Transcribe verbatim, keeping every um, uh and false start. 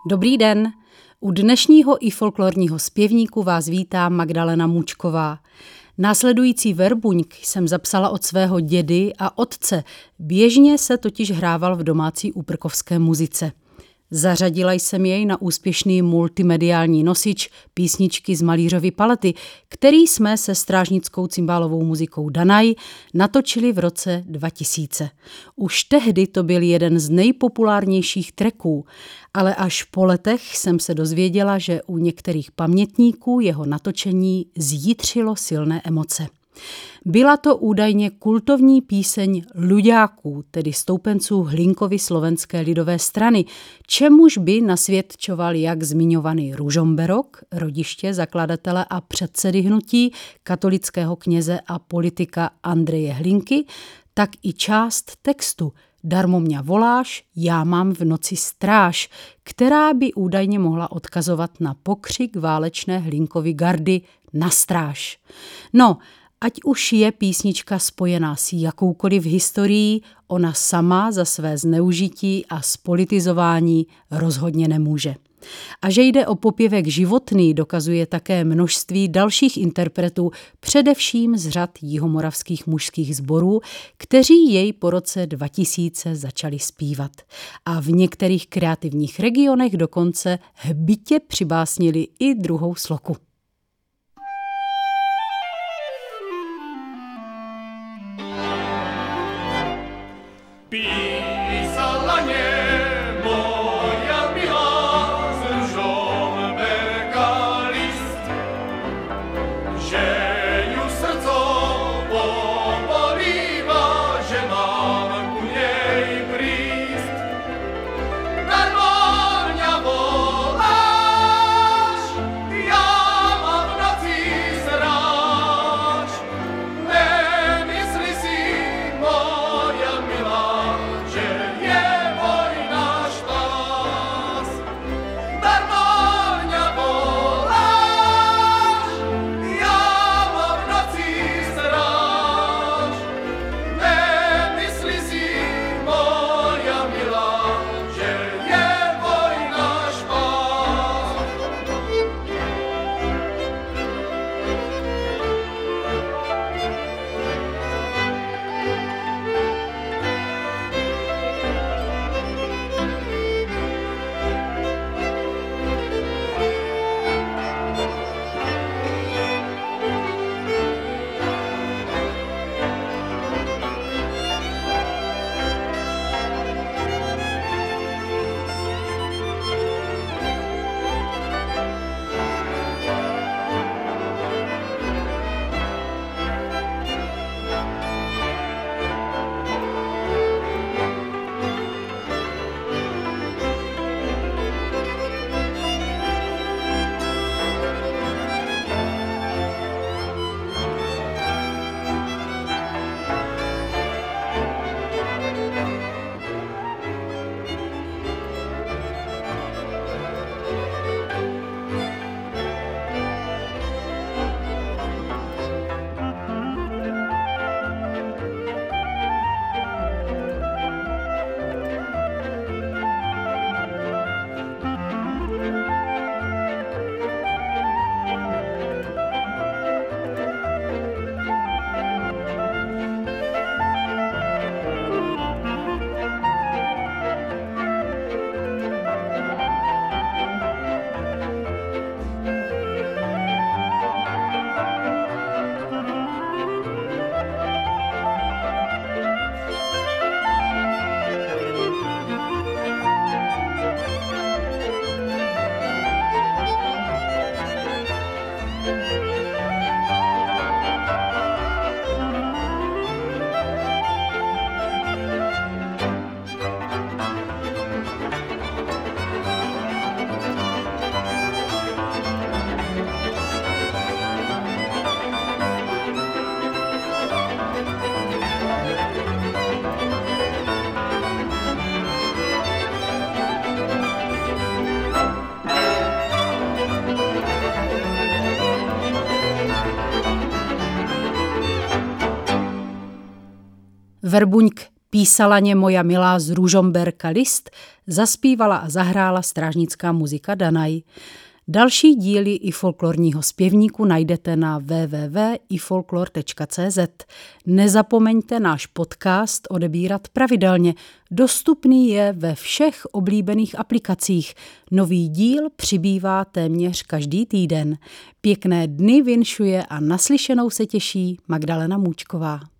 Dobrý den. U dnešního i folklorního zpěvníku vás vítá Magdalena Můčková. Následující verbuňk jsem zapsala od svého dědy a otce. Běžně se totiž hrával v domácí úprkovské muzice. Zařadila jsem jej na úspěšný multimediální nosič Písničky z Malířovy palety, který jsme se strážnickou cimbálovou muzikou Danaj natočili v roce dva tisíce. Už tehdy to byl jeden z nejpopulárnějších tracků, ale až po letech jsem se dozvěděla, že u některých pamětníků jeho natočení zjitřilo silné emoce. Byla to údajně kultovní píseň ľuďáků, tedy stoupenců Hlinkovy slovenské lidové strany, čemuž by nasvědčoval jak zmiňovaný Ružomberok, rodiště zakladatele a předsedy hnutí, katolického kněze a politika Andreje Hlinky, tak i část textu Darmo mňa voláš, já mám v noci stráž, která by údajně mohla odkazovat na pokřik válečné Hlinkovy gardy na stráž. No, ať už je písnička spojená s jakoukoliv historií, ona sama za své zneužití a spolitizování rozhodně nemůže. A že jde o popěvek životný, dokazuje také množství dalších interpretů, především z řad jihomoravských mužských sborů, kteří jej po roce dva tisíce začali zpívat. A v některých kreativních regionech dokonce hbitě přibásnili i druhou sloku. Písala mě moja milá z Ružomberka list, že ju srdco pobolíva, že mám ku nej prísť. Darmo mňa voláš, ja mám v noci stráž. Nemysli si, moja milá, že je vojna štás. Darmo mňa voláš, ja mám v noci stráž. Nemysli si, moja milá, že je vojna špás. Verbuňk Písala ně moja milá z Ružomberka list, zaspívala a zahrála strážnická muzika Danaj. Další díly i folklorního zpěvníku najdete na w w w tečka i folklor tečka c z. Nezapomeňte náš podcast odebírat pravidelně. Dostupný je ve všech oblíbených aplikacích. Nový díl přibývá téměř každý týden. Pěkné dny vinšuje a naslyšenou se těší Magdalena Můčková.